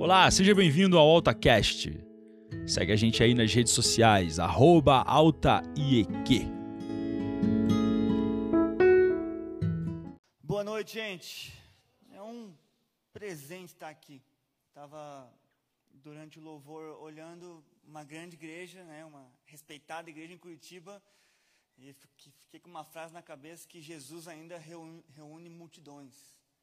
Olá, seja bem-vindo ao AltaCast. Segue a gente aí nas redes sociais, @AltaIEQ. Boa noite, gente. É um presente estar aqui. Estava, durante o louvor, olhando uma grande igreja, uma respeitada igreja em Curitiba, e fiquei com uma frase na cabeça que Jesus ainda reúne multidões.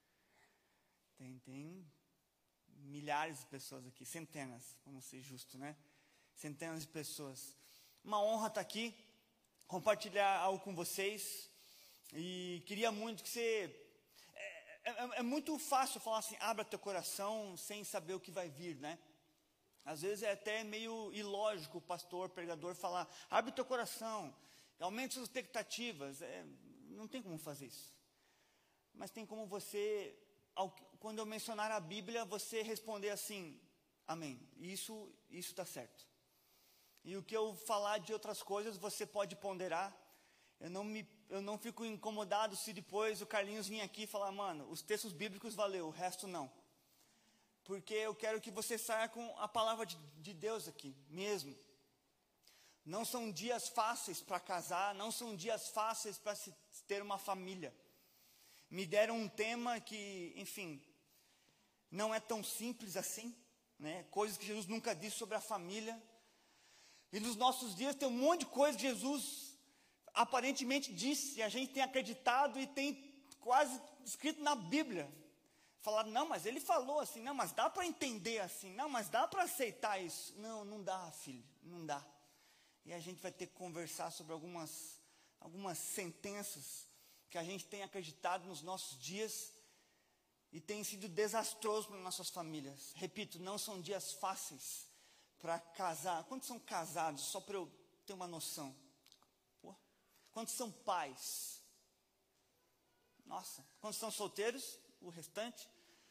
Tem milhares de pessoas aqui, centenas, vamos ser justos, Centenas de pessoas. Uma honra estar aqui, compartilhar algo com vocês. E queria muito que você... É muito fácil falar assim, abra teu coração sem saber o que vai vir, Às vezes é até meio ilógico o pastor, pregador falar, abre teu coração, aumente suas expectativas. Não tem como fazer isso. Mas tem como você, quando eu mencionar a Bíblia, você responder assim, amém, isso está certo. E o que eu falar de outras coisas, você pode ponderar. Eu não fico incomodado se depois o Carlinhos vir aqui e falar, mano, os textos bíblicos valeu, o resto não. Porque eu quero que você saia com a palavra de Deus aqui, mesmo. Não são dias fáceis para casar, não são dias fáceis para se ter uma família. Me deram um tema que, enfim, não é tão simples assim, Coisas que Jesus nunca disse sobre a família. E nos nossos dias tem um monte de coisa que Jesus aparentemente disse, e a gente tem acreditado e tem quase escrito na Bíblia. Falar, não, mas ele falou assim, não, mas dá para entender assim, não, mas dá para aceitar isso. Não dá, filho, não dá. E a gente vai ter que conversar sobre algumas sentenças que a gente tem acreditado nos nossos dias e tem sido desastroso para nossas famílias. Repito, não são dias fáceis para casar. Quantos são casados? Só para eu ter uma noção. Quantos são pais? Nossa, quantos são solteiros? O restante?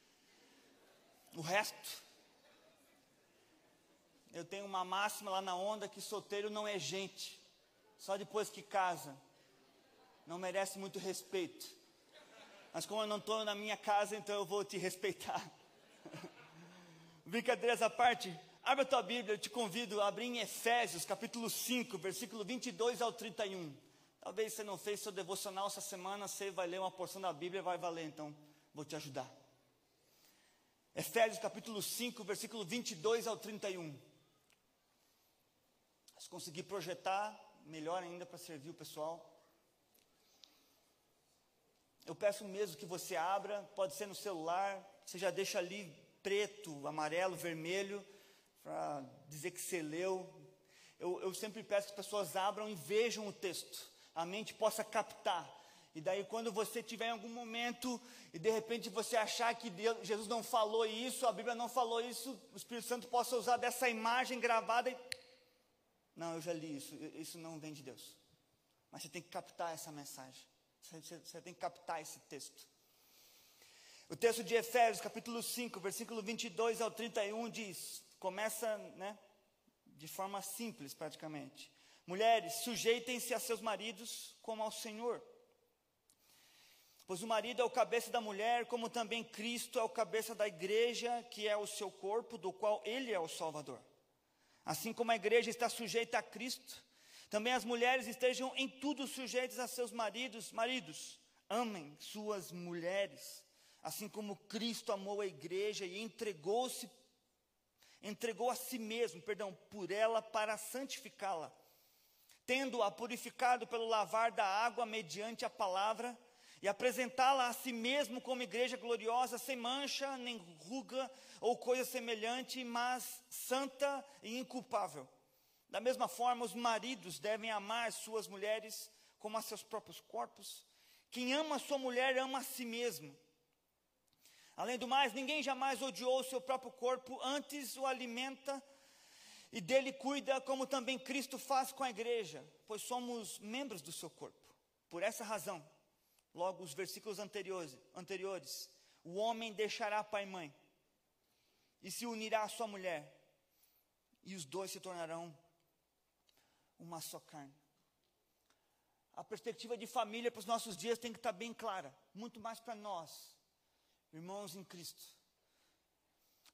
O resto? Eu tenho uma máxima lá na onda que solteiro não é gente. Só depois que casa. Não merece muito respeito. Mas como eu não estou na minha casa, então eu vou te respeitar. Brincadeiras à parte, abre a tua Bíblia, eu te convido a abrir em Efésios, capítulo 5, versículo 22 ao 31. Talvez você não fez seu devocional essa semana, você vai ler uma porção da Bíblia, vai valer, então vou te ajudar. Efésios capítulo 5, versículo 22 ao 31. Se conseguir projetar, melhor ainda para servir o pessoal. Eu peço mesmo que você abra, pode ser no celular, você já deixa ali preto, amarelo, vermelho, para dizer que você leu. Eu sempre peço que as pessoas abram e vejam o texto. A mente possa captar, e daí quando você tiver em algum momento, e de repente você achar que Jesus não falou isso, a Bíblia não falou isso, o Espírito Santo possa usar dessa imagem gravada, não, eu já li isso não vem de Deus, mas você tem que captar essa mensagem, você tem que captar esse texto. O texto de Efésios, capítulo 5, versículo 22 ao 31 diz, começa, de forma simples praticamente. Mulheres, sujeitem-se a seus maridos como ao Senhor. Pois o marido é o cabeça da mulher, como também Cristo é o cabeça da igreja, que é o seu corpo, do qual ele é o Salvador. Assim como a igreja está sujeita a Cristo, também as mulheres estejam em tudo sujeitas a seus maridos. Maridos, amem suas mulheres, assim como Cristo amou a igreja e entregou a si mesmo, por ela para santificá-la, tendo-a purificado pelo lavar da água mediante a palavra, e apresentá-la a si mesmo como igreja gloriosa, sem mancha, nem ruga ou coisa semelhante, mas santa e inculpável. Da mesma forma, os maridos devem amar suas mulheres como a seus próprios corpos. Quem ama a sua mulher ama a si mesmo. Além do mais, ninguém jamais odiou o seu próprio corpo, antes o alimenta e dele cuida, como também Cristo faz com a igreja, pois somos membros do seu corpo. Por essa razão, logo os versículos anteriores, o homem deixará pai e mãe, e se unirá à sua mulher, e os dois se tornarão uma só carne. A perspectiva de família para os nossos dias tem que estar bem clara, muito mais para nós, irmãos em Cristo.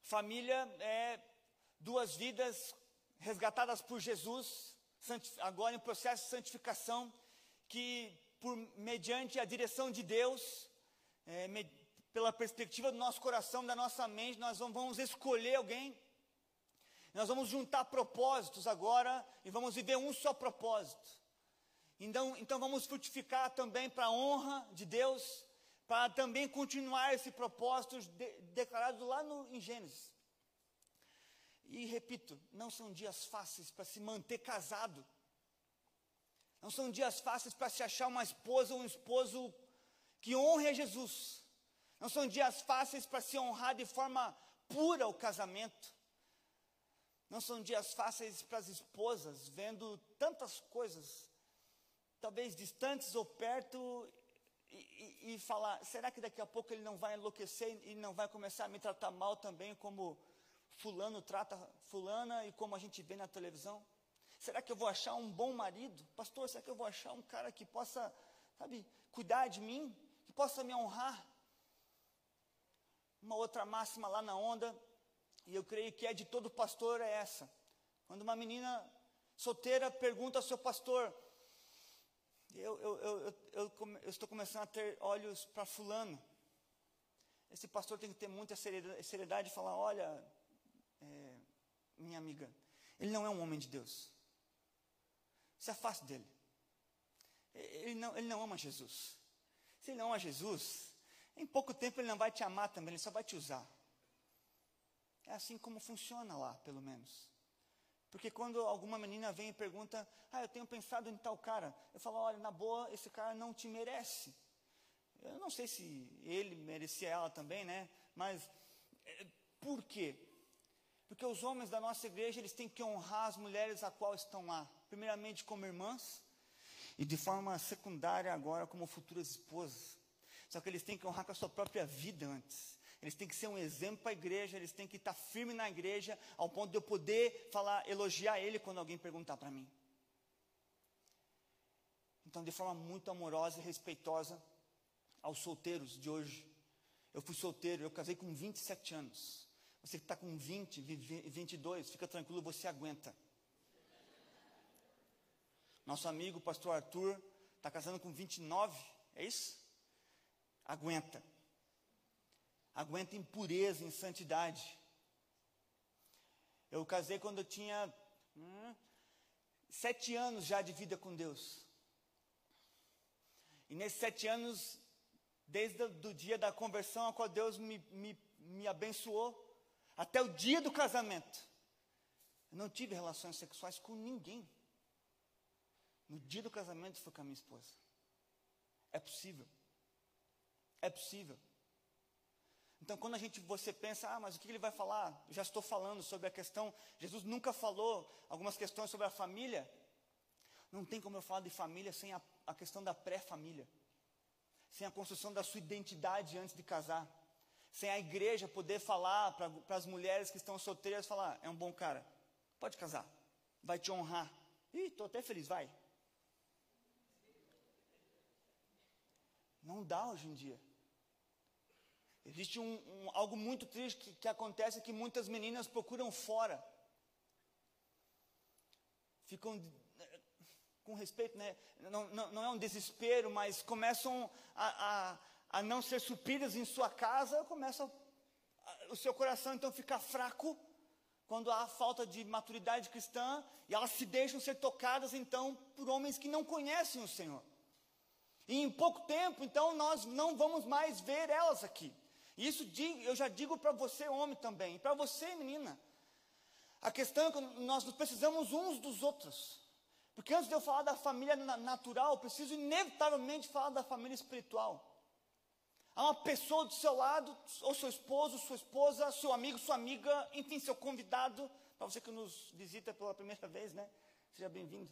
Família é duas vidas resgatadas por Jesus, agora em processo de santificação, que mediante a direção de Deus, pela perspectiva do nosso coração, da nossa mente, nós vamos escolher alguém, nós vamos juntar propósitos agora, e vamos viver um só propósito. Então vamos frutificar também para a honra de Deus, para também continuar esse propósito declarado lá em Gênesis. E repito, não são dias fáceis para se manter casado, não são dias fáceis para se achar uma esposa ou um esposo que honre a Jesus, não são dias fáceis para se honrar de forma pura o casamento, não são dias fáceis para as esposas, vendo tantas coisas, talvez distantes ou perto, e falar, será que daqui a pouco ele não vai enlouquecer e não vai começar a me tratar mal também, como fulano trata fulana e como a gente vê na televisão? Será que eu vou achar um bom marido? Pastor, será que eu vou achar um cara que possa, cuidar de mim, que possa me honrar? Uma outra máxima lá na onda, e eu creio que é de todo pastor, é essa. Quando uma menina solteira pergunta ao seu pastor, eu estou começando a ter olhos para fulano, esse pastor tem que ter muita seriedade e falar, olha, minha amiga, ele não é um homem de Deus, se afaste dele, ele não ama Jesus. Se ele não ama Jesus, em pouco tempo ele não vai te amar também, ele só vai te usar. É assim como funciona lá, pelo menos. Porque quando alguma menina vem e pergunta, eu tenho pensado em tal cara, eu falo, olha, na boa, esse cara não te merece. Eu não sei se ele merecia ela também, né? Mas, por quê? Porque os homens da nossa igreja, eles têm que honrar as mulheres a qual estão lá. Primeiramente como irmãs, e de forma secundária agora como futuras esposas. Só que eles têm que honrar com a sua própria vida antes. Eles têm que ser um exemplo para a igreja, eles têm que estar firmes na igreja, ao ponto de eu poder elogiar ele quando alguém perguntar para mim. Então, de forma muito amorosa e respeitosa aos solteiros de hoje. Eu fui solteiro, eu casei com 27 anos. Você que está com 20, 22, fica tranquilo, você aguenta. Nosso amigo, o pastor Arthur, está casando com 29, é isso? Aguenta. Aguenta em pureza, em santidade. Eu casei quando eu tinha 7 anos já de vida com Deus. E nesses 7 anos, desde o dia da conversão, a qual Deus me abençoou, até o dia do casamento, eu não tive relações sexuais com ninguém. No dia do casamento foi com a minha esposa. É possível. É possível. Então, quando você pensa, mas o que ele vai falar? Eu já estou falando sobre a questão, Jesus nunca falou algumas questões sobre a família. Não tem como eu falar de família sem a questão da pré-família. Sem a construção da sua identidade antes de casar. Sem a igreja poder falar para as mulheres que estão solteiras, falar, é um bom cara, pode casar, vai te honrar. Ih, estou até feliz, vai. Não dá hoje em dia. Existe algo muito triste que acontece, que muitas meninas procuram fora. Ficam, com respeito, né? Não é um desespero, mas começam a não ser supridas em sua casa, o seu coração então fica fraco, quando há falta de maturidade cristã, e elas se deixam ser tocadas então por homens que não conhecem o Senhor. E em pouco tempo, então, nós não vamos mais ver elas aqui. E isso eu já digo para você, homem, também, e para você, menina. A questão é que nós precisamos uns dos outros. Porque antes de eu falar da família natural, eu preciso inevitavelmente falar da família espiritual. Há uma pessoa do seu lado, ou seu esposo, sua esposa, seu amigo, sua amiga, enfim, seu convidado, para você que nos visita pela primeira vez, né? Seja bem-vindo.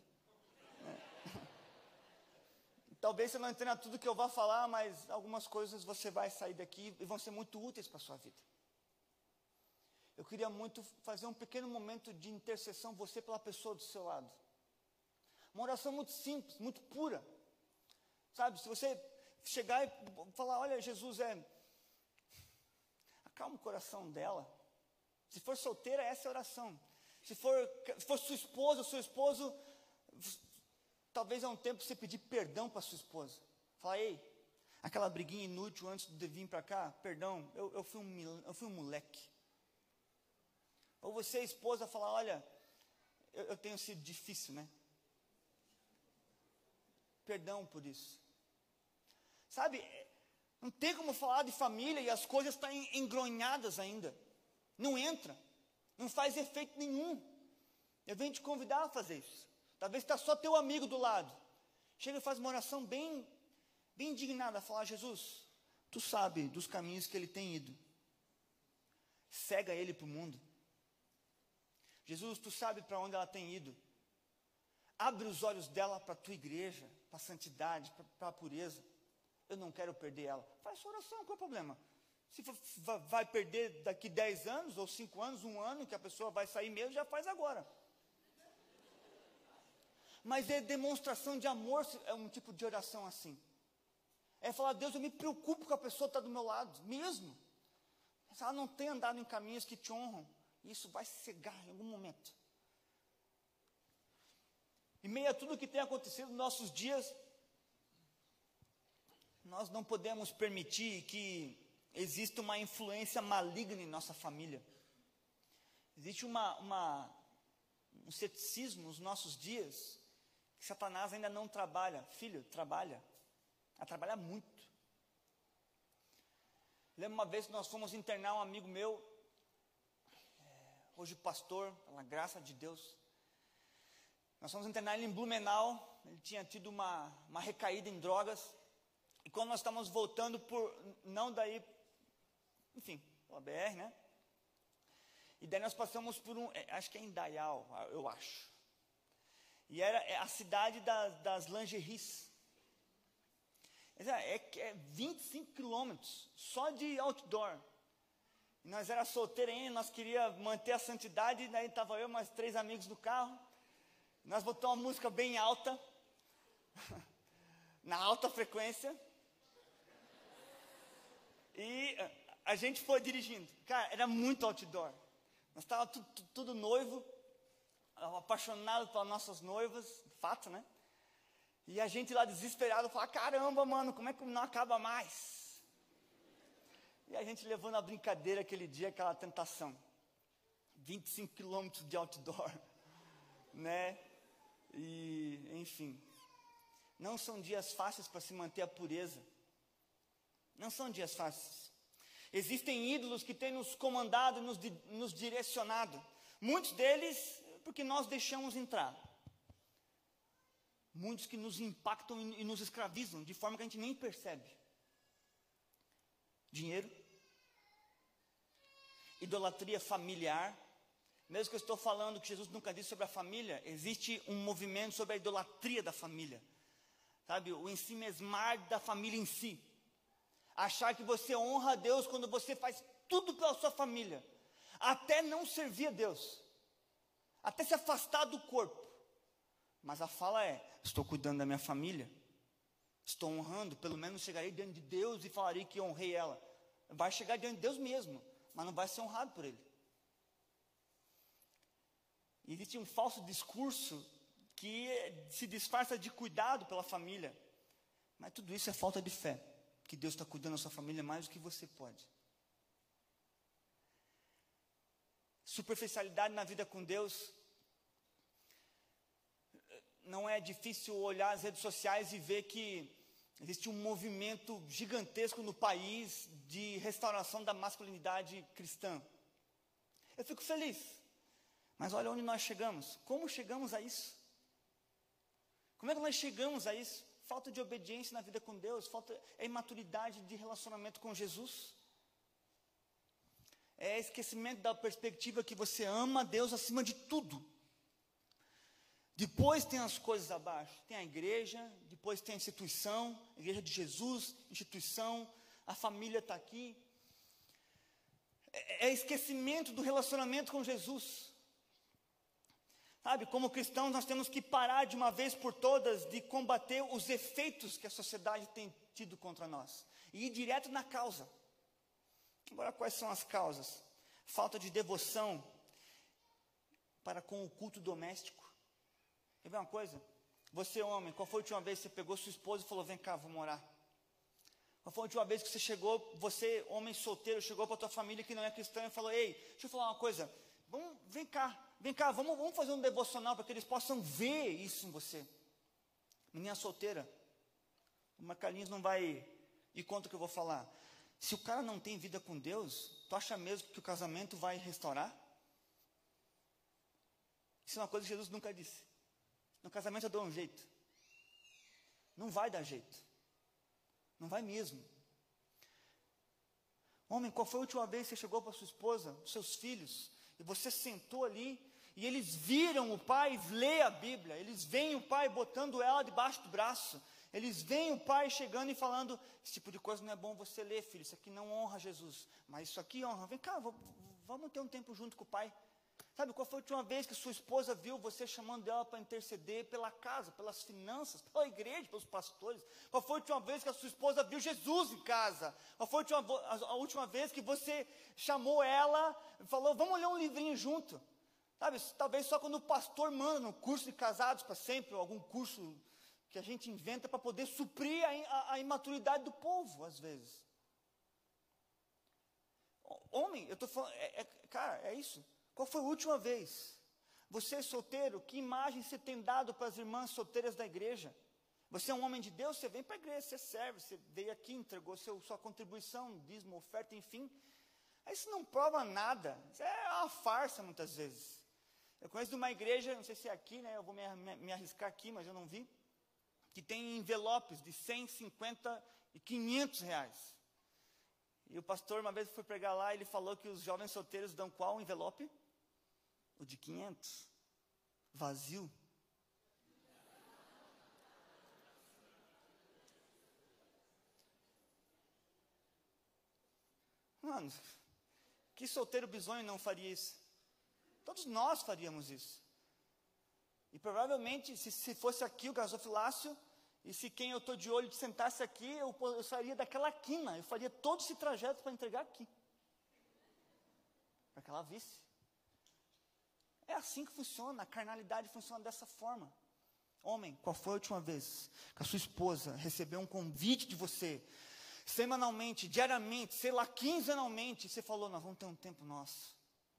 Talvez você não entenda tudo que eu vou falar, mas algumas coisas você vai sair daqui e vão ser muito úteis para a sua vida. Eu queria muito fazer um pequeno momento de intercessão, você pela pessoa do seu lado. Uma oração muito simples, muito pura. Sabe, se você chegar e falar, olha, Jesus, acalma o coração dela. Se for solteira, essa é a oração. Se for sua esposa, seu esposo, talvez é um tempo você pedir perdão para sua esposa. Falar, ei, aquela briguinha inútil antes de vir para cá, perdão, eu fui um moleque. Ou você, esposa, falar, olha, eu tenho sido difícil, né? Perdão por isso. Sabe, não tem como falar de família e as coisas estão engronhadas ainda. Não entra, não faz efeito nenhum. Eu venho te convidar a fazer isso. Talvez está só teu amigo do lado. Chega e faz uma oração bem indignada, falar, Jesus, tu sabe dos caminhos que ele tem ido. Cega ele para o mundo. Jesus, tu sabe para onde ela tem ido. Abre os olhos dela para a tua igreja, para a santidade, para a pureza. Eu não quero perder ela. Faz sua oração, qual é o problema? Se vai perder daqui 10 anos, ou 5 anos, 1 ano, que a pessoa vai sair mesmo, já faz agora. Mas é demonstração de amor, é um tipo de oração assim. É falar, Deus, eu me preocupo que a pessoa está do meu lado, mesmo. Se ela não tem andado em caminhos que te honram, isso vai cegar em algum momento. Em meio a tudo que tem acontecido nos nossos dias, nós não podemos permitir que exista uma influência maligna em nossa família. Existe um ceticismo nos nossos dias, que Satanás ainda não trabalha. Filho, trabalha. Ela trabalha muito. Lembro uma vez que nós fomos internar um amigo meu, hoje pastor, pela graça de Deus. Nós fomos internar ele em Blumenau. Ele tinha tido uma recaída em drogas. E quando nós estávamos voltando pela BR, né? E daí nós passamos por acho que é Indaial, eu acho. E era a cidade das lingeries. É 25 quilômetros, só de outdoor. E nós era solteiro ainda, nós queríamos manter a santidade, e daí estava eu e mais 3 amigos no carro. Nós botamos uma música bem alta, na alta frequência. E a gente foi dirigindo. Cara, era muito outdoor. Nós estávamos tudo noivo, apaixonado pelas nossas noivas, fato, né? E a gente lá desesperado, falava, caramba, mano, como é que não acaba mais? E a gente levou na brincadeira aquele dia, aquela tentação. 25 quilômetros de outdoor, né? E, enfim, não são dias fáceis para se manter a pureza. Não são dias fáceis. Existem ídolos que têm nos comandado, nos direcionado. Muitos deles, porque nós deixamos entrar. Muitos que nos impactam e nos escravizam, de forma que a gente nem percebe. Dinheiro. Idolatria familiar. Mesmo que eu estou falando que Jesus nunca disse sobre a família, existe um movimento sobre a idolatria da família. Sabe, o ensimesmar da família em si. Achar que você honra a Deus quando você faz tudo pela sua família. Até não servir a Deus. Até se afastar do corpo. Mas a fala é, estou cuidando da minha família. Estou honrando, pelo menos chegarei diante de Deus e falarei que honrei ela. Vai chegar diante de Deus mesmo, mas não vai ser honrado por Ele. Existe um falso discurso que se disfarça de cuidado pela família. Mas tudo isso é falta de fé. Que Deus está cuidando da sua família mais do que você pode. Superficialidade na vida com Deus. Não é difícil olhar as redes sociais e ver que existe um movimento gigantesco no país de restauração da masculinidade cristã. Eu fico feliz. Mas olha onde nós chegamos. Como chegamos a isso? Como é que nós chegamos a isso? Falta de obediência na vida com Deus, é imaturidade de relacionamento com Jesus. É esquecimento da perspectiva que você ama a Deus acima de tudo. Depois tem as coisas abaixo. Tem a igreja, depois tem a instituição, a igreja de Jesus, instituição, a família está aqui. É esquecimento do relacionamento com Jesus. Sabe, como cristãos nós temos que parar de uma vez por todas de combater os efeitos que a sociedade tem tido contra nós. E ir direto na causa. Agora, quais são as causas? falta de devoção para com o culto doméstico. Quer ver uma coisa? Você, homem, qual foi a última vez que você pegou sua esposa e falou, vem cá, vamos orar? Qual foi a última vez que você chegou, você, homem solteiro, chegou para a tua família que não é cristã e falou, ei, deixa eu falar uma coisa, vem cá, vamos fazer um devocional para que eles possam ver isso em você. Menina solteira, o Marcarlinhos não vai ir contra o que eu vou falar. Se o cara não tem vida com Deus, tu acha mesmo que o casamento vai restaurar? Isso é uma coisa que Jesus nunca disse. No casamento eu dou um jeito. Não vai dar jeito. Não vai mesmo. Homem, qual foi a última vez que você chegou para sua esposa, seus filhos, e você sentou ali, e eles viram o pai ler a Bíblia, eles veem o pai botando ela debaixo do braço, eles veem o pai chegando e falando, esse tipo de coisa não é bom você ler, filho, isso aqui não honra Jesus, mas isso aqui honra, vem cá, vamos ter um tempo junto com o pai. Sabe, qual foi a última vez que sua esposa viu você chamando ela para interceder pela casa, pelas finanças, pela igreja, pelos pastores? Qual foi a última vez que a sua esposa viu Jesus em casa? Qual foi a última vez que você chamou ela e falou, vamos ler um livrinho junto? Sabe, talvez só quando o pastor manda no curso de casados para sempre, ou algum curso que a gente inventa para poder suprir a imaturidade do povo, às vezes. Homem, eu estou falando, cara, é isso. Qual foi a última vez? Você é solteiro, que imagem você tem dado para as irmãs solteiras da igreja? Você é um homem de Deus, você vem para a igreja, você serve, você veio aqui, entregou sua contribuição, dízimo, oferta, enfim. Isso não prova nada, isso é uma farsa muitas vezes. Eu conheço uma igreja, não sei se é aqui, né, eu vou me arriscar aqui, mas eu não vi, que tem envelopes de 100, 50 e 500 reais. E o pastor uma vez foi pregar lá, ele falou que os jovens solteiros dão qual envelope? O de 500, vazio. Mano, que solteiro bizonho não faria isso? Todos nós faríamos isso. E provavelmente, se fosse aqui o gasofilácio, e se quem eu estou de olho sentasse aqui, eu sairia daquela quina, eu faria todo esse trajeto para entregar aqui. Para que ela visse. É assim que funciona, a carnalidade funciona dessa forma. Homem, qual foi a última vez que a sua esposa recebeu um convite de você, semanalmente, diariamente, sei lá, quinzenalmente, e você falou, nós vamos ter um tempo nosso.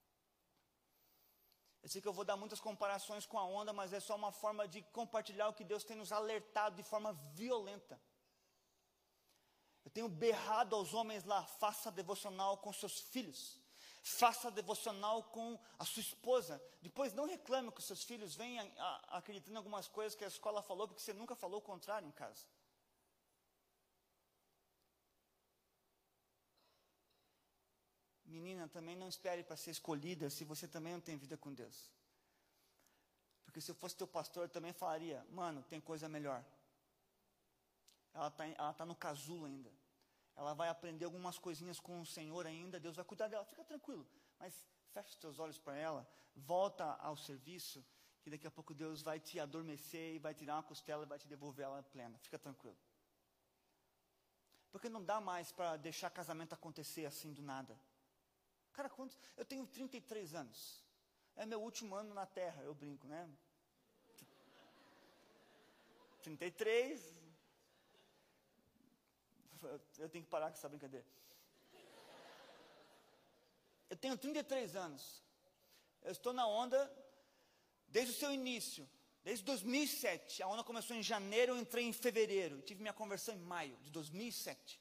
Eu sei que eu vou dar muitas comparações com a onda, mas é só uma forma de compartilhar o que Deus tem nos alertado de forma violenta. Eu tenho berrado aos homens lá, faça devocional com seus filhos. Faça devocional com a sua esposa. Depois não reclame que os seus filhos venham acreditando em algumas coisas que a escola falou, porque você nunca falou o contrário em casa. Menina, também não espere para ser escolhida se você também não tem vida com Deus. Porque se eu fosse teu pastor, eu também falaria, mano, tem coisa melhor. Ela tá no casulo ainda. Ela vai aprender algumas coisinhas com o Senhor ainda, Deus vai cuidar dela, fica tranquilo. Mas fecha os teus olhos para ela, volta ao serviço, que daqui a pouco Deus vai te adormecer e vai tirar uma costela e vai te devolver ela plena. Fica tranquilo. Porque não dá mais para deixar casamento acontecer assim do nada. Cara, eu tenho 33 anos. É meu último ano na Terra, eu brinco, né? 33. Eu tenho que parar com essa brincadeira. Eu tenho 33 anos. Eu estou na onda desde o seu início. Desde 2007. A onda começou em janeiro, eu entrei em fevereiro. Tive minha conversão em maio de 2007.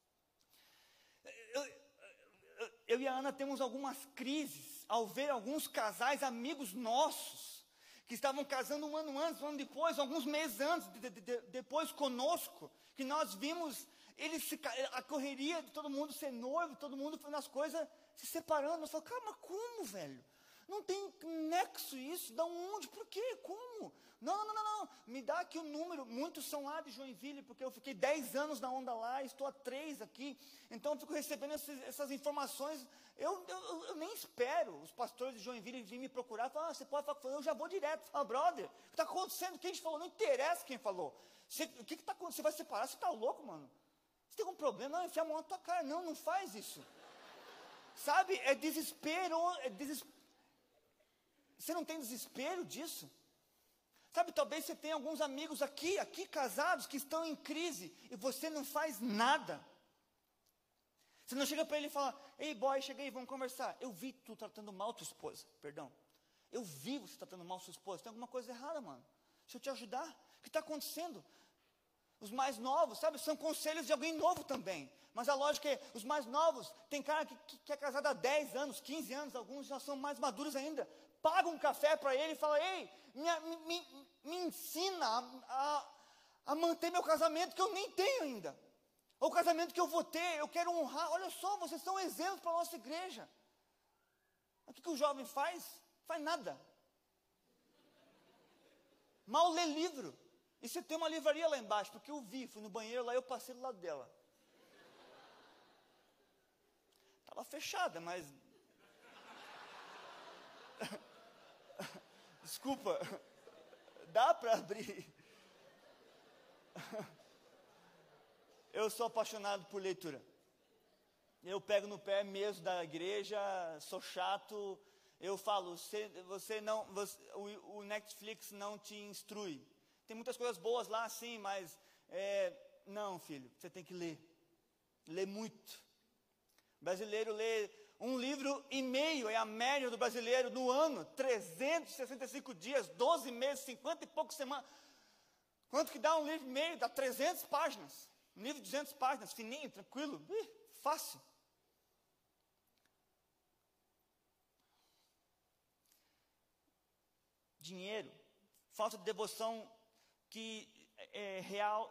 Eu e a Ana temos algumas crises ao ver alguns casais, amigos nossos, que estavam casando um ano antes, um ano depois, alguns meses antes, depois conosco, que nós vimos a correria de todo mundo ser noivo, todo mundo fazendo as coisas, se separando. Nós falamos, cara, mas como, velho? Não tem nexo isso, da onde, por quê, como? Não, me dá aqui o número, muitos são lá de Joinville, porque eu fiquei 10 anos na onda lá, estou há 3 aqui, então eu fico recebendo essas informações, eu nem espero os pastores de Joinville virem me procurar, falar, você pode falar, eu já vou direto, fala, brother, o que está acontecendo, quem te falou, não interessa quem falou, o que está acontecendo, você vai separar, você está louco, mano? Você tem algum problema? Não, enfia a mão na tua cara, não faz isso. Sabe, é desespero, Você não tem desespero disso? Sabe, talvez você tenha alguns amigos aqui casados, que estão em crise, e você não faz nada. Você não chega para ele e fala, ei boy, chega aí, vamos conversar. Eu vi tu tratando mal tua esposa, perdão. Eu vi você tratando mal sua esposa, tem alguma coisa errada, mano. Deixa eu te ajudar. O que está acontecendo? Os mais novos, sabe, são conselhos de alguém novo também. Mas a lógica é, os mais novos, tem cara que é casado há 10 anos, 15 anos, alguns já são mais maduros ainda. Paga um café para ele e fala, ei, me ensina a manter meu casamento que eu nem tenho ainda. Ou o casamento que eu vou ter, eu quero honrar. Olha só, vocês são exemplos para a nossa igreja. O que o jovem faz? Faz nada. Mal lê livro. E você tem uma livraria lá embaixo, porque eu vi, fui no banheiro lá e eu passei do lado dela. Estava fechada, mas... Desculpa, dá para abrir? Eu sou apaixonado por leitura. Eu pego no pé mesmo da igreja, sou chato. Eu falo, o Netflix não te instrui. Tem muitas coisas boas lá, sim, mas não, filho, você tem que ler. Ler muito. O brasileiro lê 1,5 livro, é a média do brasileiro no ano, 365 dias, 12 meses, 50 e poucas semanas. Quanto que dá 1,5 livro? Dá 300 páginas. Um livro de 200 páginas, fininho, tranquilo, fácil. Dinheiro, falta de devoção que é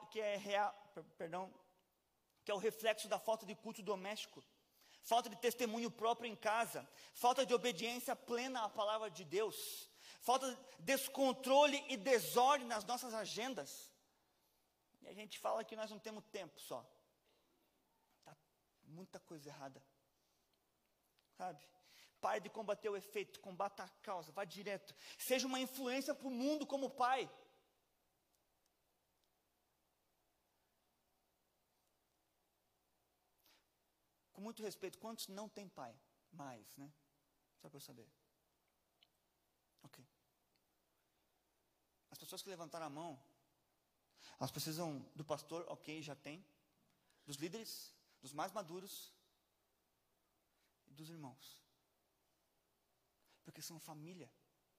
o reflexo da falta de culto doméstico, falta de testemunho próprio em casa, falta de obediência plena à palavra de Deus, falta de descontrole e desordem nas nossas agendas. E a gente fala que nós não temos tempo só. Está muita coisa errada. Sabe? Pare de combater o efeito, combata a causa, vá direto. Seja uma influência para o mundo como pai. Com muito respeito, quantos não têm pai? Mais, né? Só para eu saber. Ok. As pessoas que levantaram a mão, elas precisam do pastor, ok, já tem. Dos líderes, dos mais maduros. E dos irmãos. Porque são família.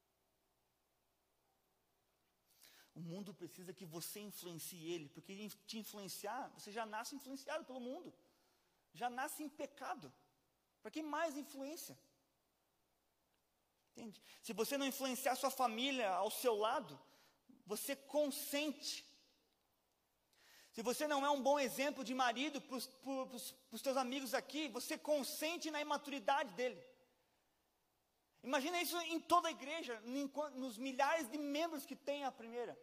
O mundo precisa que você influencie ele, porque ele te influenciar, você já nasce influenciado pelo mundo. Já nasce em pecado. Para que mais influência? Entende? Se você não influenciar sua família ao seu lado, você consente. Se você não é um bom exemplo de marido para os teus amigos aqui, você consente na imaturidade dele. Imagina isso em toda a igreja, nos milhares de membros que tem a primeira.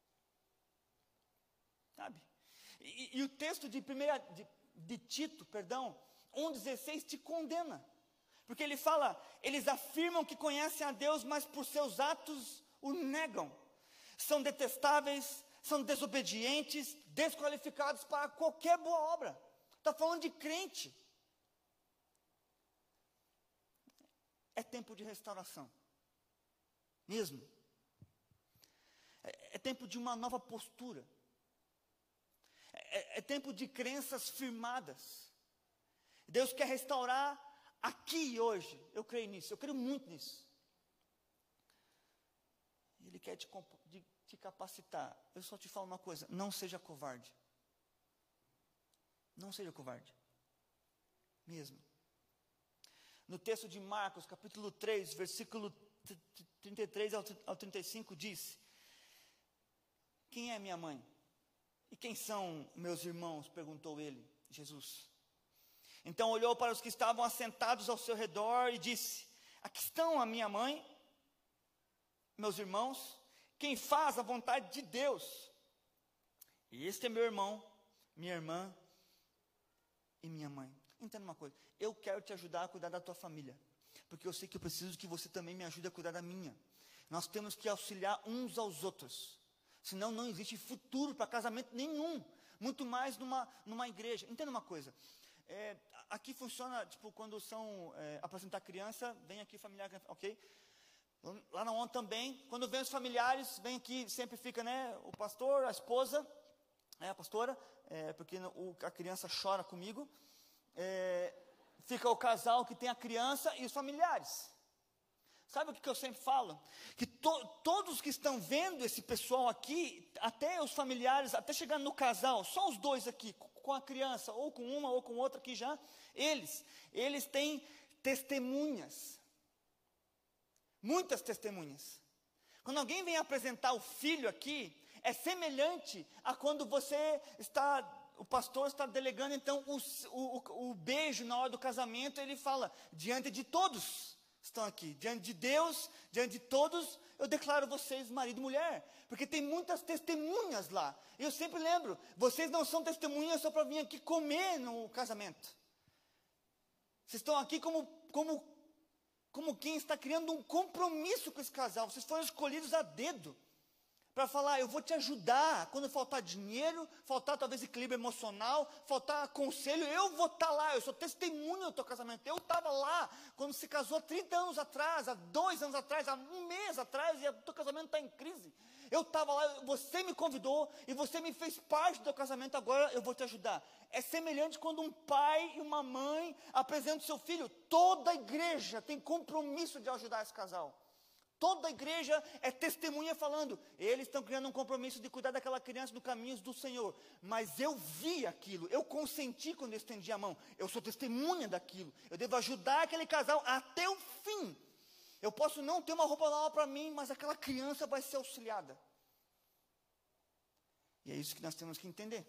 Sabe? E o texto de Tito, 1,16 te condena. Porque ele fala, eles afirmam que conhecem a Deus, mas por seus atos o negam. São detestáveis, são desobedientes, desqualificados para qualquer boa obra. Está falando de crente. É tempo de restauração. Mesmo. É tempo de uma nova postura. É tempo de crenças firmadas. Deus quer restaurar aqui e hoje. Eu creio nisso, eu creio muito nisso. Ele quer te capacitar. Eu só te falo uma coisa, não seja covarde. Não seja covarde. Mesmo. No texto de Marcos, capítulo 3, versículo 33 ao 35, diz: quem é minha mãe? E quem são meus irmãos? Perguntou ele, Jesus. Então olhou para os que estavam assentados ao seu redor e disse: aqui estão a minha mãe, meus irmãos, quem faz a vontade de Deus. E este é meu irmão, minha irmã e minha mãe. Entenda uma coisa, eu quero te ajudar a cuidar da tua família, porque eu sei que eu preciso que você também me ajude a cuidar da minha. Nós temos que auxiliar uns aos outros, senão não existe futuro para casamento nenhum, muito mais numa igreja. Entenda uma coisa, Aqui funciona, tipo, quando são apresentar criança, vem aqui familiar, ok? Lá na ONU também, quando vem os familiares, vem aqui, sempre fica, né, o pastor, a esposa, a pastora, porque a criança chora comigo, fica o casal que tem a criança e os familiares. Sabe o que eu sempre falo? Que todos que estão vendo esse pessoal aqui, até os familiares, até chegando no casal, só os dois aqui, com a criança, ou com uma ou com outra aqui já, eles têm testemunhas. Muitas testemunhas. Quando alguém vem apresentar o filho aqui, é semelhante a quando o pastor está delegando então o beijo na hora do casamento, ele fala, diante de todos estão aqui, diante de Deus, diante de todos, eu declaro vocês marido e mulher, porque tem muitas testemunhas lá. Eu sempre lembro, vocês não são testemunhas só para vir aqui comer no casamento. Vocês estão aqui como quem está criando um compromisso com esse casal. Vocês foram escolhidos a dedo para falar, eu vou te ajudar, quando faltar dinheiro, faltar talvez equilíbrio emocional, faltar conselho, eu vou estar lá, eu sou testemunha do teu casamento. Eu estava lá, quando se casou há 30 anos atrás, há 2 anos atrás, há 1 mês atrás, e o teu casamento está em crise. Eu estava lá, você me convidou, e você me fez parte do teu casamento, agora eu vou te ajudar. É semelhante quando um pai e uma mãe apresentam o seu filho. Toda a igreja tem compromisso de ajudar esse casal. Toda a igreja é testemunha falando, eles estão criando um compromisso de cuidar daquela criança no caminho do Senhor. Mas eu vi aquilo, eu consenti quando eu estendi a mão. Eu sou testemunha daquilo. Eu devo ajudar aquele casal até o fim. Eu posso não ter uma roupa nova para mim, mas aquela criança vai ser auxiliada. E é isso que nós temos que entender.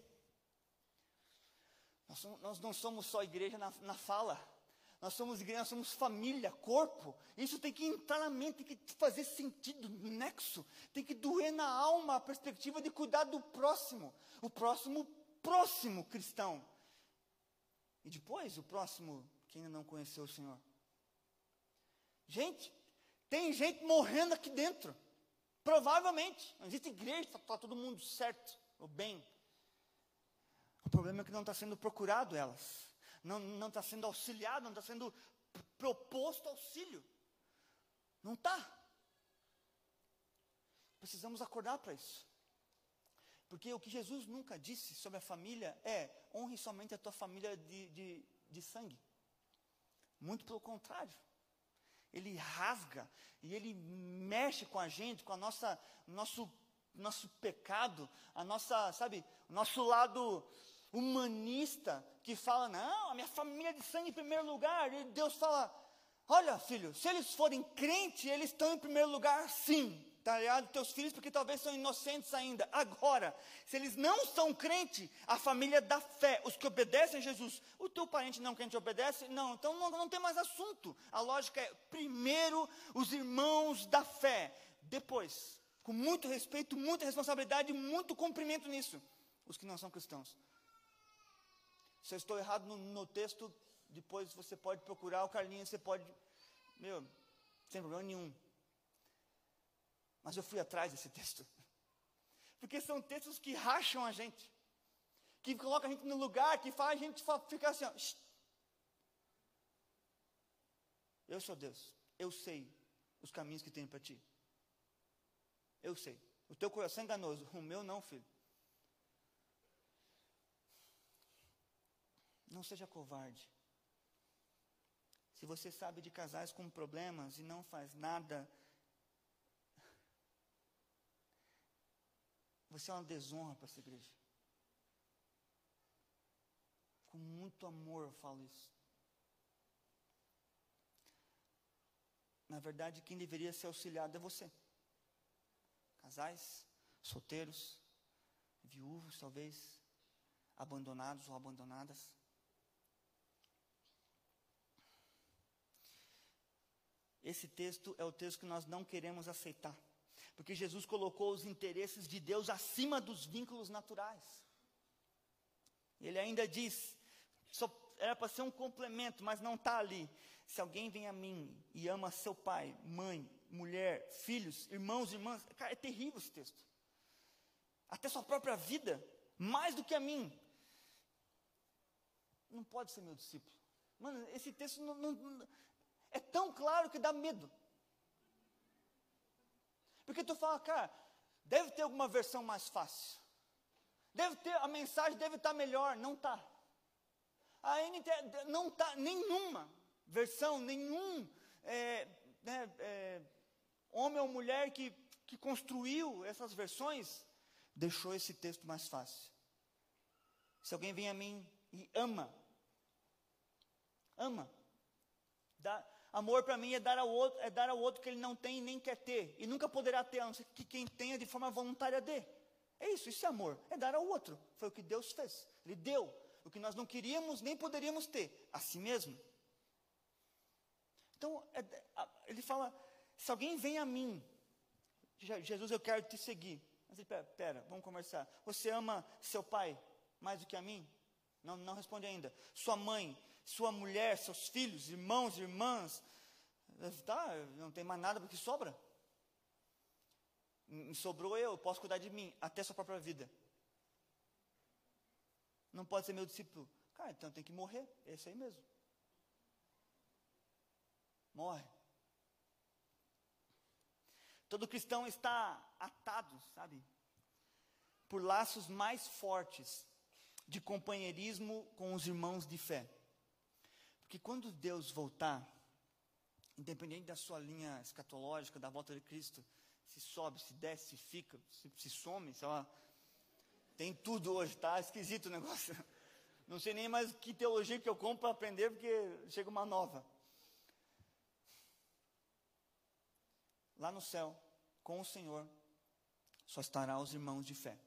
Nós não somos só igreja na fala. Nós somos igreja, nós somos família, corpo. Isso tem que entrar na mente, tem que fazer sentido, nexo. Tem que doer na alma a perspectiva de cuidar do próximo. O próximo cristão. E depois, o próximo que ainda não conheceu o Senhor. Gente, tem gente morrendo aqui dentro. Provavelmente. Não existe igreja, está todo mundo certo, ou bem. O problema é que não está sendo procurado elas. Não está sendo auxiliado, não está sendo proposto auxílio. Não está. Precisamos acordar para isso. Porque o que Jesus nunca disse sobre a família é, honre somente a tua família de sangue. Muito pelo contrário. Ele rasga e ele mexe com a gente, com a nosso pecado, o nosso lado humanista, que fala, não, a minha família é de sangue em primeiro lugar. E Deus fala, olha filho, se eles forem crentes, eles estão em primeiro lugar sim, tá ligado? Teus filhos, porque talvez são inocentes ainda. Agora, se eles não são crentes, a família da fé, os que obedecem a Jesus, o teu parente não crente obedece? Não, então não tem mais assunto. A lógica é, primeiro os irmãos da fé, depois, com muito respeito, muita responsabilidade, muito cumprimento nisso, os que não são cristãos. Se eu estou errado no texto, depois você pode procurar o Carlinhos, você pode, sem problema nenhum. Mas eu fui atrás desse texto. Porque são textos que racham a gente. Que colocam a gente no lugar, que faz a gente ficar assim, ó. Eu sou Deus. Eu sei os caminhos que tenho para ti. Eu sei. O teu coração é enganoso. O meu não, filho. Não seja covarde. Se você sabe de casais com problemas e não faz nada, você é uma desonra para essa igreja. Com muito amor eu falo isso. Na verdade, quem deveria ser auxiliado é você. Casais, solteiros, viúvos talvez, abandonados ou abandonadas. Esse texto é o texto que nós não queremos aceitar. Porque Jesus colocou os interesses de Deus acima dos vínculos naturais. Ele ainda diz, só era para ser um complemento, mas não está ali. Se alguém vem a mim e ama seu pai, mãe, mulher, filhos, irmãos, irmãs, cara, é terrível esse texto. Até sua própria vida, mais do que a mim. não pode ser meu discípulo. Mano, esse texto é tão claro que dá medo. Porque tu fala, cara, deve ter alguma versão mais fácil. A mensagem deve estar melhor. Não está. A NT não está, nenhuma versão, nenhum homem ou mulher que construiu essas versões, deixou esse texto mais fácil. Se alguém vem a mim e ama, amor para mim é dar ao outro que ele não tem e nem quer ter, e nunca poderá ter, a não ser que quem tenha de forma voluntária dê. É isso é amor, é dar ao outro. Foi o que Deus fez, Ele deu o que nós não queríamos nem poderíamos ter, a si mesmo. Então, ele fala, se alguém vem a mim, Jesus, eu quero te seguir. Mas ele, pera, vamos conversar. Você ama seu pai mais do que a mim? Não responde ainda. Sua mãe, sua mulher, seus filhos, irmãos, irmãs. Tá, não tem mais nada porque sobra. Me sobrou eu posso cuidar de mim, até sua própria vida. Não pode ser meu discípulo. Cara, então tem que morrer, é isso aí mesmo. Morre. Todo cristão está atado, sabe, por laços mais fortes de companheirismo com os irmãos de fé. Porque quando Deus voltar, independente da sua linha escatológica, da volta de Cristo, se sobe, se desce, se fica, se some, sei lá, tem tudo hoje, tá esquisito o negócio. Não sei nem mais que teologia que eu compro para aprender, porque chega uma nova. Lá no céu, com o Senhor, só estará os irmãos de fé.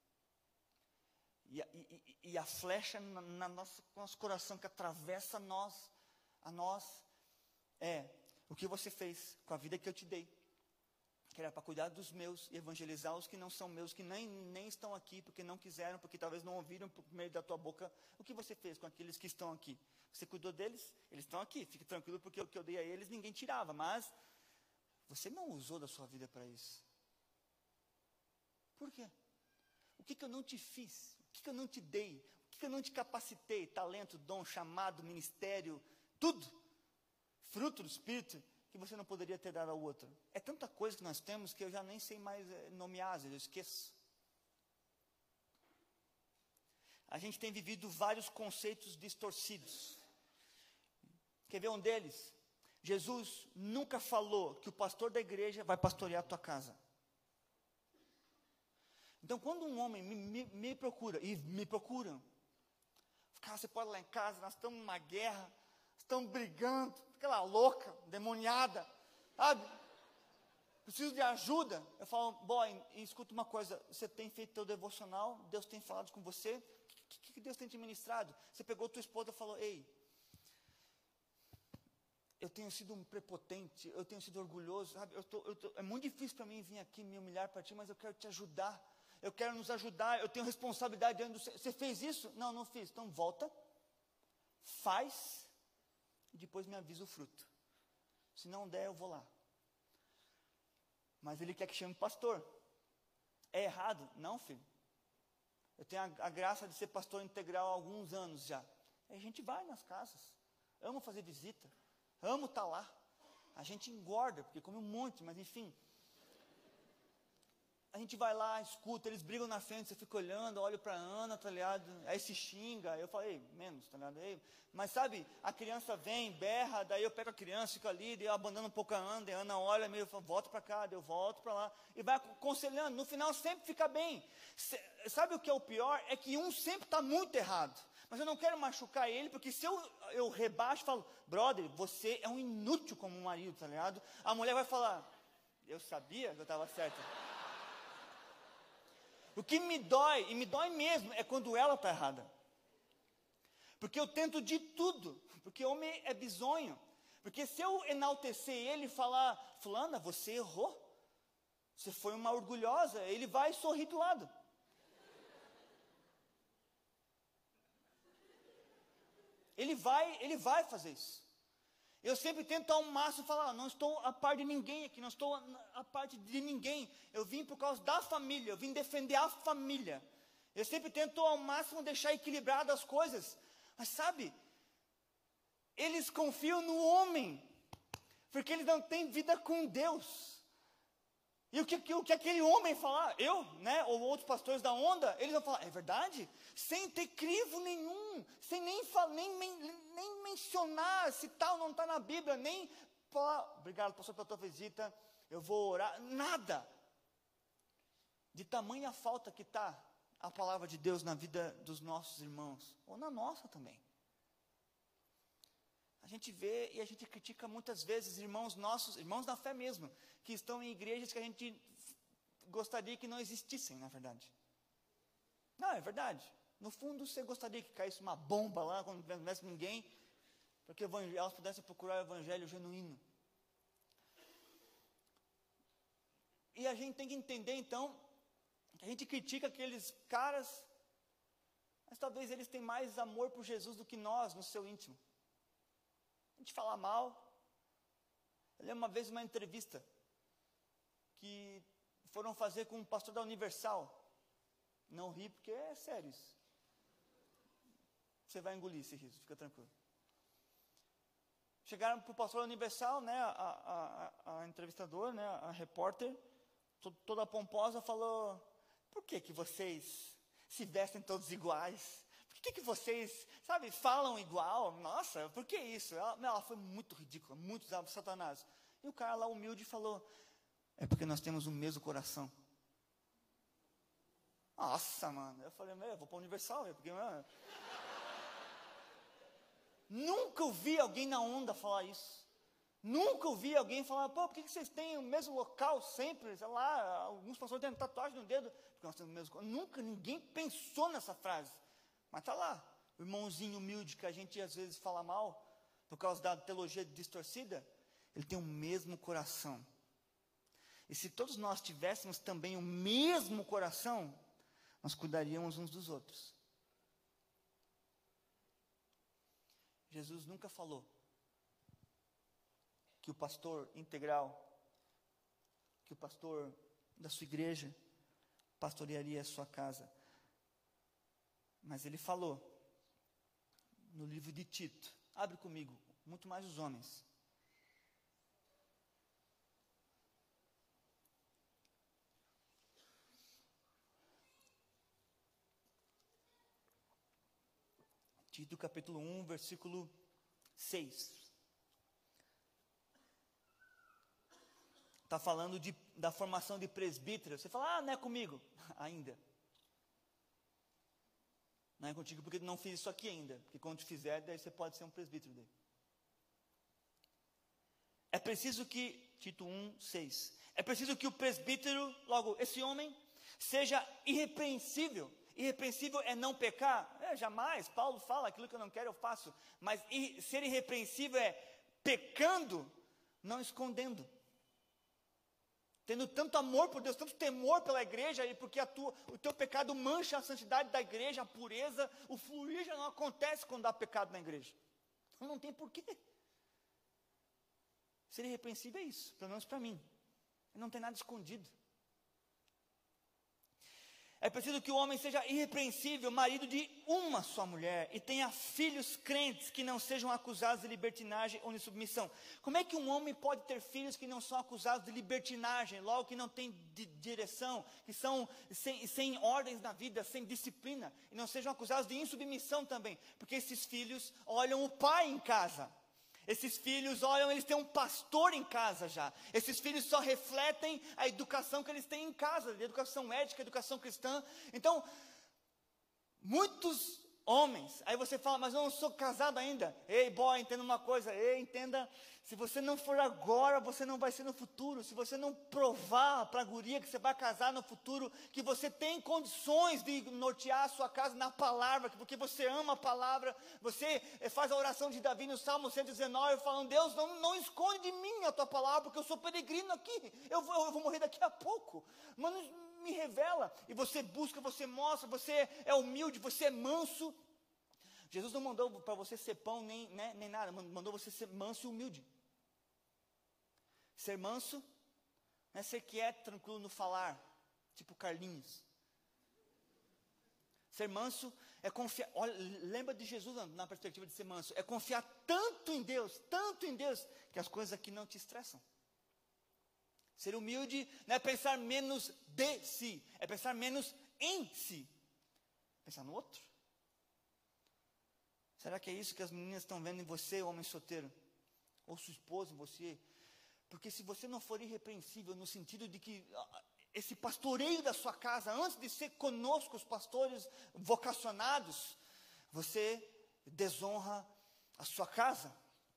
E a flecha no nosso coração que atravessa a nós é o que você fez com a vida que eu te dei, que era para cuidar dos meus e evangelizar os que não são meus, que nem estão aqui porque não quiseram, porque talvez não ouviram por meio da tua boca. O que você fez com aqueles que estão aqui? Você cuidou deles? Eles estão aqui, fique tranquilo, porque o que eu dei a eles ninguém tirava, mas você não usou da sua vida para isso. Por quê? O que eu não te fiz? O que eu não te dei? O que eu não te capacitei? Talento, dom, chamado, ministério, tudo. Fruto do Espírito que você não poderia ter dado ao outro. É tanta coisa que nós temos que eu já nem sei mais nomear, eu esqueço. A gente tem vivido vários conceitos distorcidos. Quer ver um deles? Jesus nunca falou que o pastor da igreja vai pastorear a tua casa. Então, quando um homem me procura, e me procuram, cara, você pode ir lá em casa, nós estamos numa guerra, estamos brigando, aquela louca, demoniada, sabe? Preciso de ajuda. Eu falo, boy, escuta uma coisa, você tem feito teu devocional, Deus tem falado com você, o que Deus tem te ministrado? Você pegou tua esposa e falou, ei, eu tenho sido um prepotente, eu tenho sido orgulhoso, sabe? É muito difícil para mim vir aqui me humilhar para ti, mas eu quero te ajudar. Eu quero nos ajudar, eu tenho responsabilidade diante do Senhor. Você fez isso? Não fiz. Então volta, faz, e depois me avisa o fruto. Se não der, eu vou lá. Mas ele quer que chame pastor. É errado? Não, filho. Eu tenho a graça de ser pastor integral há alguns anos já. Aí a gente vai nas casas. Amo fazer visita. Amo estar lá. A gente engorda, porque come um monte, mas enfim. A gente vai lá, escuta, eles brigam na frente, você fica olhando, olho para a Ana, tá ligado? Aí se xinga, eu falo, ei, menos, tá ligado? Ei. Mas sabe, a criança vem, berra, daí eu pego a criança, fico ali, daí eu abandono um pouco a Ana, daí a Ana olha meio, volta para cá, daí eu volto para lá, e vai aconselhando, no final sempre fica bem. Sabe o que é o pior? É que um sempre está muito errado. Mas eu não quero machucar ele, porque se eu rebaixo e falo, brother, você é um inútil como marido, tá ligado? A mulher vai falar, eu sabia que eu estava certa. O que me dói, e me dói mesmo, é quando ela está errada. Porque eu tento de tudo, porque homem é bizonho. Porque se eu enaltecer ele e falar, fulana, você errou, você foi uma orgulhosa, ele vai sorrir do lado. Ele vai fazer isso. Eu sempre tento ao máximo falar, não estou a par de ninguém aqui, não estou a parte de ninguém. Eu vim por causa da família, eu vim defender a família. Eu sempre tento ao máximo deixar equilibradas as coisas. Mas sabe, eles confiam no homem, porque eles não têm vida com Deus. E o que aquele homem falar, ou outros pastores da onda, eles vão falar, é verdade? Sem ter crivo nenhum, sem nem mencionar se tal não está na Bíblia, nem falar, obrigado pastor pela tua visita, eu vou orar, nada. De tamanha falta que está a palavra de Deus na vida dos nossos irmãos, ou na nossa também. A gente vê e a gente critica muitas vezes irmãos nossos, irmãos da fé mesmo, que estão em igrejas que a gente gostaria que não existissem, na verdade. Não, é verdade. No fundo, você gostaria que caísse uma bomba lá, quando não tivesse ninguém, para que elas pudessem procurar o evangelho genuíno. E a gente tem que entender, então, que a gente critica aqueles caras, mas talvez eles tenham mais amor por Jesus do que nós, no seu íntimo. A gente fala mal. Eu lembro uma vez uma entrevista que foram fazer com um pastor da Universal. Não ri porque é sério isso. Você vai engolir esse riso, fica tranquilo. Chegaram para o pastor da Universal, né, a entrevistadora, né, a repórter, toda pomposa, falou, por que vocês se vestem todos iguais? Por que vocês, falam igual? Nossa, por que isso? Ela foi muito ridícula, muito usava Satanás. E o cara lá humilde falou, é porque nós temos o mesmo coração. Nossa, mano. Eu falei, eu vou para o Universal, porque... Nunca ouvi alguém na onda falar isso. Nunca ouvi alguém falar, por que vocês têm o mesmo local sempre? Sei lá, alguns pastores têm tatuagem no dedo, porque nós temos o mesmo... Nunca ninguém pensou nessa frase. Mas está lá, o irmãozinho humilde que a gente às vezes fala mal, por causa da teologia distorcida, ele tem o mesmo coração. E se todos nós tivéssemos também o mesmo coração, nós cuidaríamos uns dos outros. Jesus nunca falou que o pastor integral, que o pastor da sua igreja, pastorearia a sua casa. Mas ele falou, no livro de Tito, abre comigo, muito mais os homens. Tito capítulo 1, versículo 6. Está falando da formação de presbítero. Você fala, não é comigo. Ainda. Não é contigo porque não fiz isso aqui ainda. Porque quando te fizer, daí você pode ser um presbítero dele. É preciso que, Tito 1, 6. É preciso que o presbítero, logo, esse homem, seja irrepreensível. Irrepreensível é não pecar? Jamais. Paulo fala, aquilo que eu não quero eu faço. Mas ser irrepreensível é pecando, não escondendo. Tendo tanto amor por Deus, tanto temor pela igreja, e porque o teu pecado mancha a santidade da igreja, a pureza, o fluir já não acontece quando há pecado na igreja. Então não tem porquê. Ser irrepreensível é isso, pelo menos para mim. Não tem nada escondido. É preciso que o homem seja irrepreensível, marido de uma só mulher, e tenha filhos crentes que não sejam acusados de libertinagem ou de submissão. Como é que um homem pode ter filhos que não são acusados de libertinagem, logo que não tem direção, que são sem ordens na vida, sem disciplina, e não sejam acusados de insubmissão também? Porque esses filhos olham o pai em casa. Esses filhos olham, eles têm um pastor em casa já. Esses filhos só refletem a educação que eles têm em casa, de educação ética, educação cristã. Então, muitos homens, aí você fala, mas eu não sou casado ainda. Ei, boy, entenda uma coisa, entenda, se você não for agora, você não vai ser no futuro. Se você não provar para a guria que você vai casar no futuro, que você tem condições de nortear a sua casa na palavra, porque você ama a palavra, você faz a oração de Davi no Salmo 119, falando, Deus, não esconde de mim a tua palavra, porque eu sou peregrino aqui, eu vou morrer daqui a pouco, mas me revela, e você busca, você mostra, você é humilde, você é manso. Jesus não mandou para você ser pão nem nada, mandou você ser manso e humilde. Ser manso não é ser quieto, tranquilo no falar, tipo Carlinhos. Ser manso é confiar, olha, lembra de Jesus na perspectiva de ser manso, é confiar tanto em Deus, que as coisas aqui não te estressam. Ser humilde não é pensar menos de si, é pensar menos em si, pensar no outro. Será que é isso que as meninas estão vendo em você, homem solteiro? Ou sua esposa em você? Porque se você não for irrepreensível, no sentido de que esse pastoreio da sua casa, antes de ser conosco, os pastores vocacionados, você desonra a sua casa.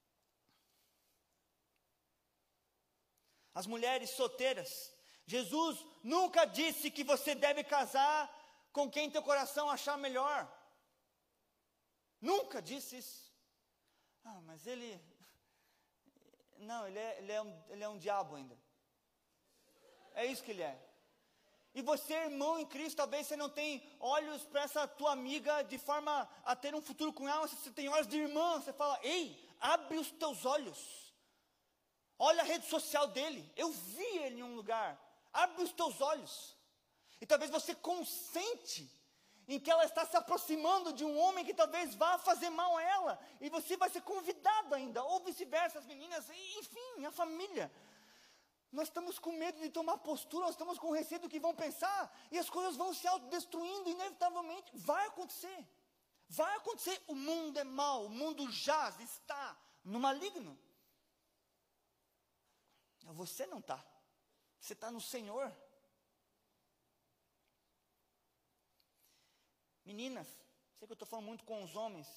As mulheres solteiras, Jesus nunca disse que você deve casar com quem teu coração achar melhor. Nunca disse isso. Ah, mas ele... Não, ele é um diabo ainda. É isso que ele é. E você, irmão em Cristo, talvez você não tenha olhos para essa tua amiga de forma a ter um futuro com ela. Você tem olhos de irmã, você fala, ei, abre os teus olhos. Olha a rede social dele. Eu vi ele em um lugar. Abre os teus olhos. E talvez você consente em que ela está se aproximando de um homem que talvez vá fazer mal a ela. E você vai ser convidado ainda. Ou vice-versa, as meninas, enfim, a família. Nós estamos com medo de tomar postura, nós estamos com receio do que vão pensar, e as coisas vão se autodestruindo, inevitavelmente. Vai acontecer, o mundo é mau, o mundo jaz, está no maligno. Você não está, você está no Senhor. Meninas, sei que eu estou falando muito com os homens,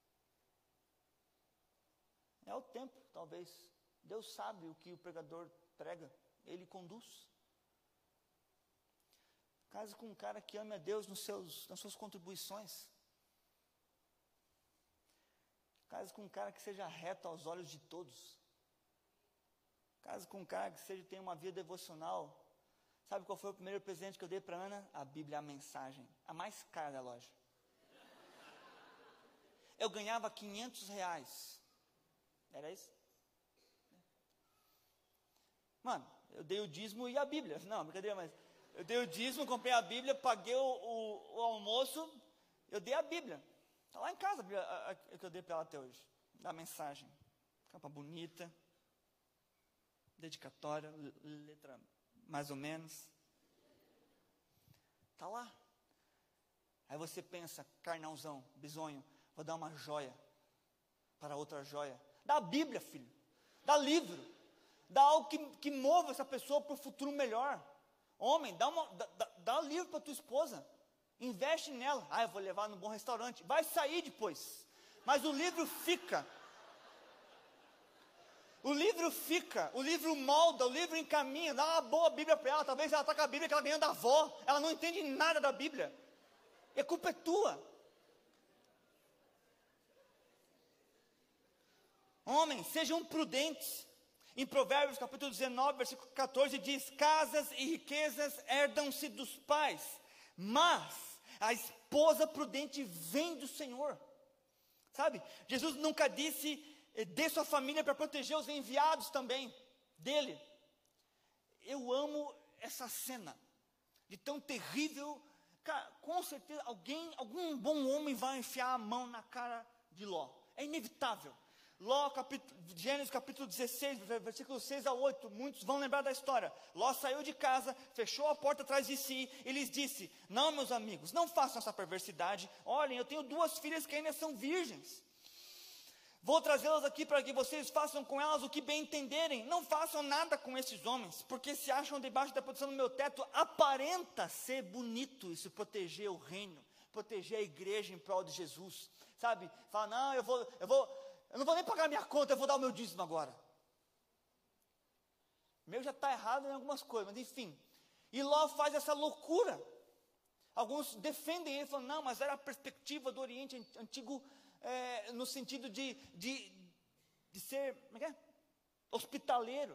é o tempo, talvez. Deus sabe o que o pregador prega, ele conduz. Case com um cara que ame a Deus nas suas contribuições. Case com um cara que seja reto aos olhos de todos. Case com um cara que tenha uma vida devocional. Sabe qual foi o primeiro presente que eu dei para Ana? A Bíblia, a mensagem, a mais cara da loja. Eu ganhava R$500. Era isso? Mano, eu dei o dízimo e a Bíblia. Não, brincadeira, mas eu dei o dízimo, comprei a Bíblia, paguei o almoço, eu dei a Bíblia. Está lá em casa a Bíblia que eu dei para ela até hoje. Da mensagem. Capa bonita. Dedicatória, letra mais ou menos. Está lá. Aí você pensa, carnalzão, bisonho, vou dar uma joia para outra joia. Dá a Bíblia, filho. Dá livro. Dá algo que mova essa pessoa para o futuro melhor. Homem, dá livro para tua esposa. Investe nela. Ah, eu vou levar num bom restaurante. Vai sair depois. Mas o livro fica. O livro fica. O livro molda. O livro encaminha. Dá uma boa Bíblia para ela. Talvez ela está com a Bíblia que ela ganhou da avó. Ela não entende nada da Bíblia. E a culpa é tua. Homens, sejam prudentes. Em Provérbios capítulo 19, versículo 14 diz, casas e riquezas herdam-se dos pais, mas a esposa prudente vem do Senhor. Sabe, Jesus nunca disse, dê sua família para proteger os enviados também, dele. Eu amo essa cena, de tão terrível, cara, com certeza algum bom homem vai enfiar a mão na cara de Ló, é inevitável. Ló, Gênesis capítulo 16, versículos 6 a 8, muitos vão lembrar da história. Ló saiu de casa, fechou a porta atrás de si e lhes disse, não, meus amigos, não façam essa perversidade. Olhem, eu tenho 2 filhas que ainda são virgens. Vou trazê-las aqui para que vocês façam com elas o que bem entenderem. Não façam nada com esses homens, porque se acham debaixo da proteção do meu teto. Aparenta ser bonito isso, proteger o reino, proteger a igreja em prol de Jesus. Sabe, fala, não, eu não vou nem pagar minha conta, eu vou dar o meu dízimo agora. O meu já está errado em algumas coisas, mas enfim. E Ló faz essa loucura. Alguns defendem ele, falando, não, mas era a perspectiva do Oriente Antigo, no sentido de ser, como é que é? Hospitaleiro.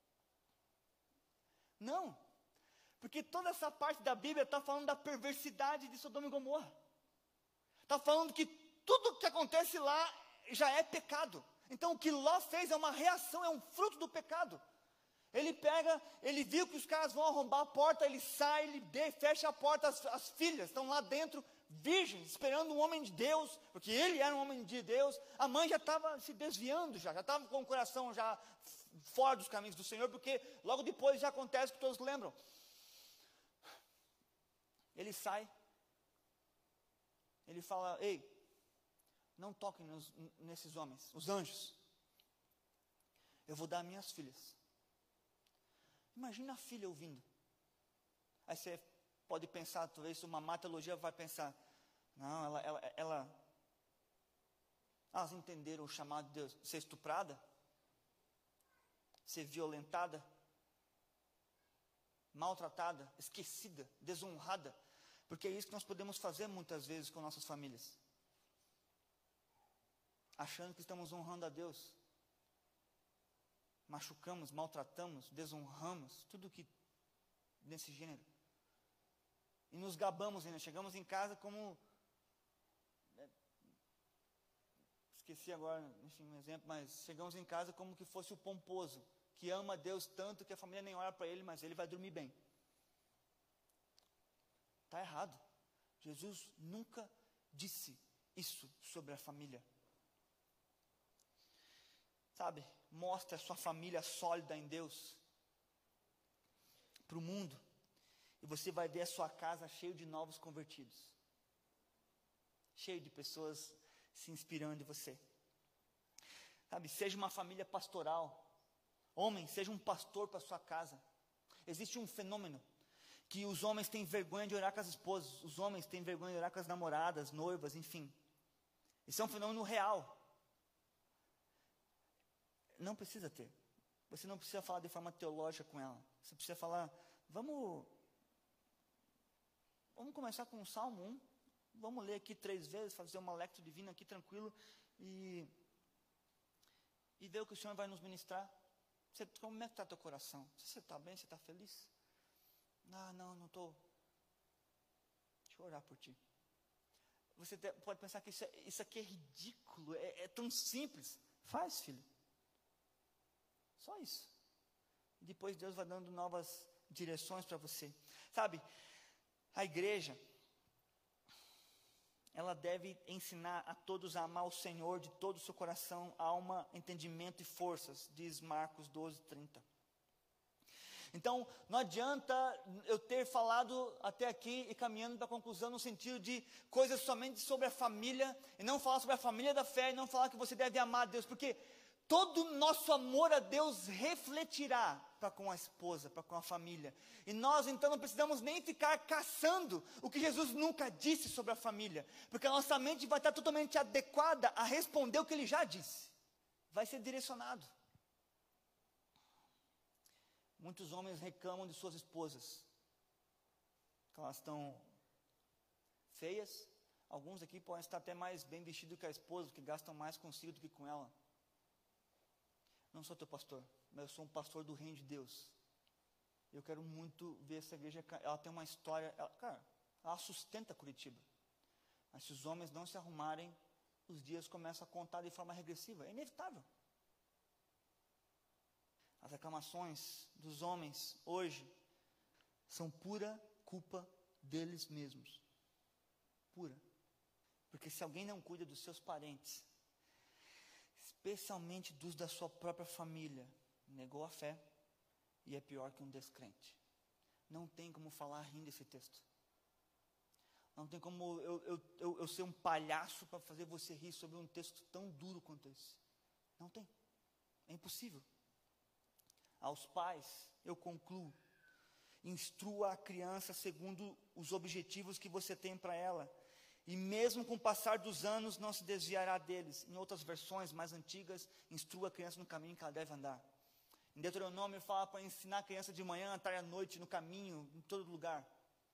Não, porque toda essa parte da Bíblia está falando da perversidade de Sodoma e Gomorra. Está falando que tudo que acontece lá já é pecado. Então o que Ló fez é uma reação, é um fruto do pecado. Ele viu que os caras vão arrombar a porta, ele sai, fecha a porta, as filhas estão lá dentro, virgem, esperando um homem de Deus, porque ele era um homem de Deus. A mãe já estava se desviando, já estava com o coração já fora dos caminhos do Senhor, porque logo depois já acontece o que todos lembram. Ele sai, ele fala: ei, não toquem nesses homens, os anjos, eu vou dar minhas filhas. Imagina a filha ouvindo. Aí você pode pensar, talvez uma má teologia vai pensar: não, elas entenderam o chamado de Deus, ser estuprada, ser violentada, maltratada, esquecida, desonrada, porque é isso que nós podemos fazer muitas vezes com nossas famílias, achando que estamos honrando a Deus, machucamos, maltratamos, desonramos, tudo que nesse gênero, e nos gabamos ainda, chegamos em casa como, esqueci agora, enfim, um exemplo, mas chegamos em casa como que fosse o pomposo, que ama a Deus tanto que a família nem olha para ele, mas ele vai dormir bem. Está errado. Jesus nunca disse isso sobre a família. Sabe, mostre a sua família sólida em Deus para o mundo, e você vai ver a sua casa cheia de novos convertidos, cheio de pessoas se inspirando em você. Sabe, seja uma família pastoral. Homem, seja um pastor para a sua casa. Existe um fenômeno que os homens têm vergonha de orar com as esposas, os homens têm vergonha de orar com as namoradas, noivas, enfim. Isso é um fenômeno real. Não precisa ter. Você não precisa falar de forma teológica com ela. Você precisa falar: vamos começar com o Salmo 1. Vamos ler aqui 3 vezes, fazer uma lectio divina aqui tranquilo e ver o que o Senhor vai nos ministrar. Como é que está teu coração? Você está bem? Você está feliz? Não estou. Deixa eu orar por ti. Você pode pensar que isso aqui é ridículo, é tão simples. Faz, filho. Só isso. E depois Deus vai dando novas direções para você. Sabe, a igreja, ela deve ensinar a todos a amar o Senhor de todo o seu coração, alma, entendimento e forças, diz Marcos 12:30. Então, não adianta eu ter falado até aqui e caminhando para a conclusão no sentido de coisas somente sobre a família, e não falar sobre a família da fé, e não falar que você deve amar a Deus, porque todo o nosso amor a Deus refletirá para com a esposa, para com a família. E nós então não precisamos nem ficar caçando o que Jesus nunca disse sobre a família, porque a nossa mente vai estar totalmente adequada a responder o que Ele já disse. Vai ser direcionado. Muitos homens reclamam de suas esposas, que elas estão feias. Alguns aqui podem estar até mais bem vestidos que a esposa, que gastam mais consigo do que com ela. Não sou teu pastor, mas eu sou um pastor do reino de Deus. Eu quero muito ver essa igreja. Ela tem uma história, ela sustenta Curitiba. Mas se os homens não se arrumarem, os dias começam a contar de forma regressiva. É inevitável. As reclamações dos homens hoje são pura culpa deles mesmos. Pura. Porque se alguém não cuida dos seus parentes, especialmente dos da sua própria família, negou a fé e é pior que um descrente. Não tem como falar rindo esse texto. Não tem como eu ser um palhaço para fazer você rir sobre um texto tão duro quanto esse. Não tem. É impossível. Aos pais, eu concluo: instrua a criança segundo os objetivos que você tem para ela. E mesmo com o passar dos anos, não se desviará deles. Em outras versões mais antigas, instrua a criança no caminho que ela deve andar. Em Deuteronômio fala para ensinar a criança de manhã, à tarde, à noite, no caminho, em todo lugar.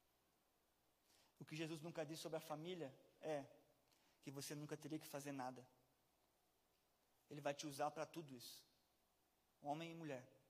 O que Jesus nunca disse sobre a família é que você nunca teria que fazer nada. Ele vai te usar para tudo isso. Homem e mulher.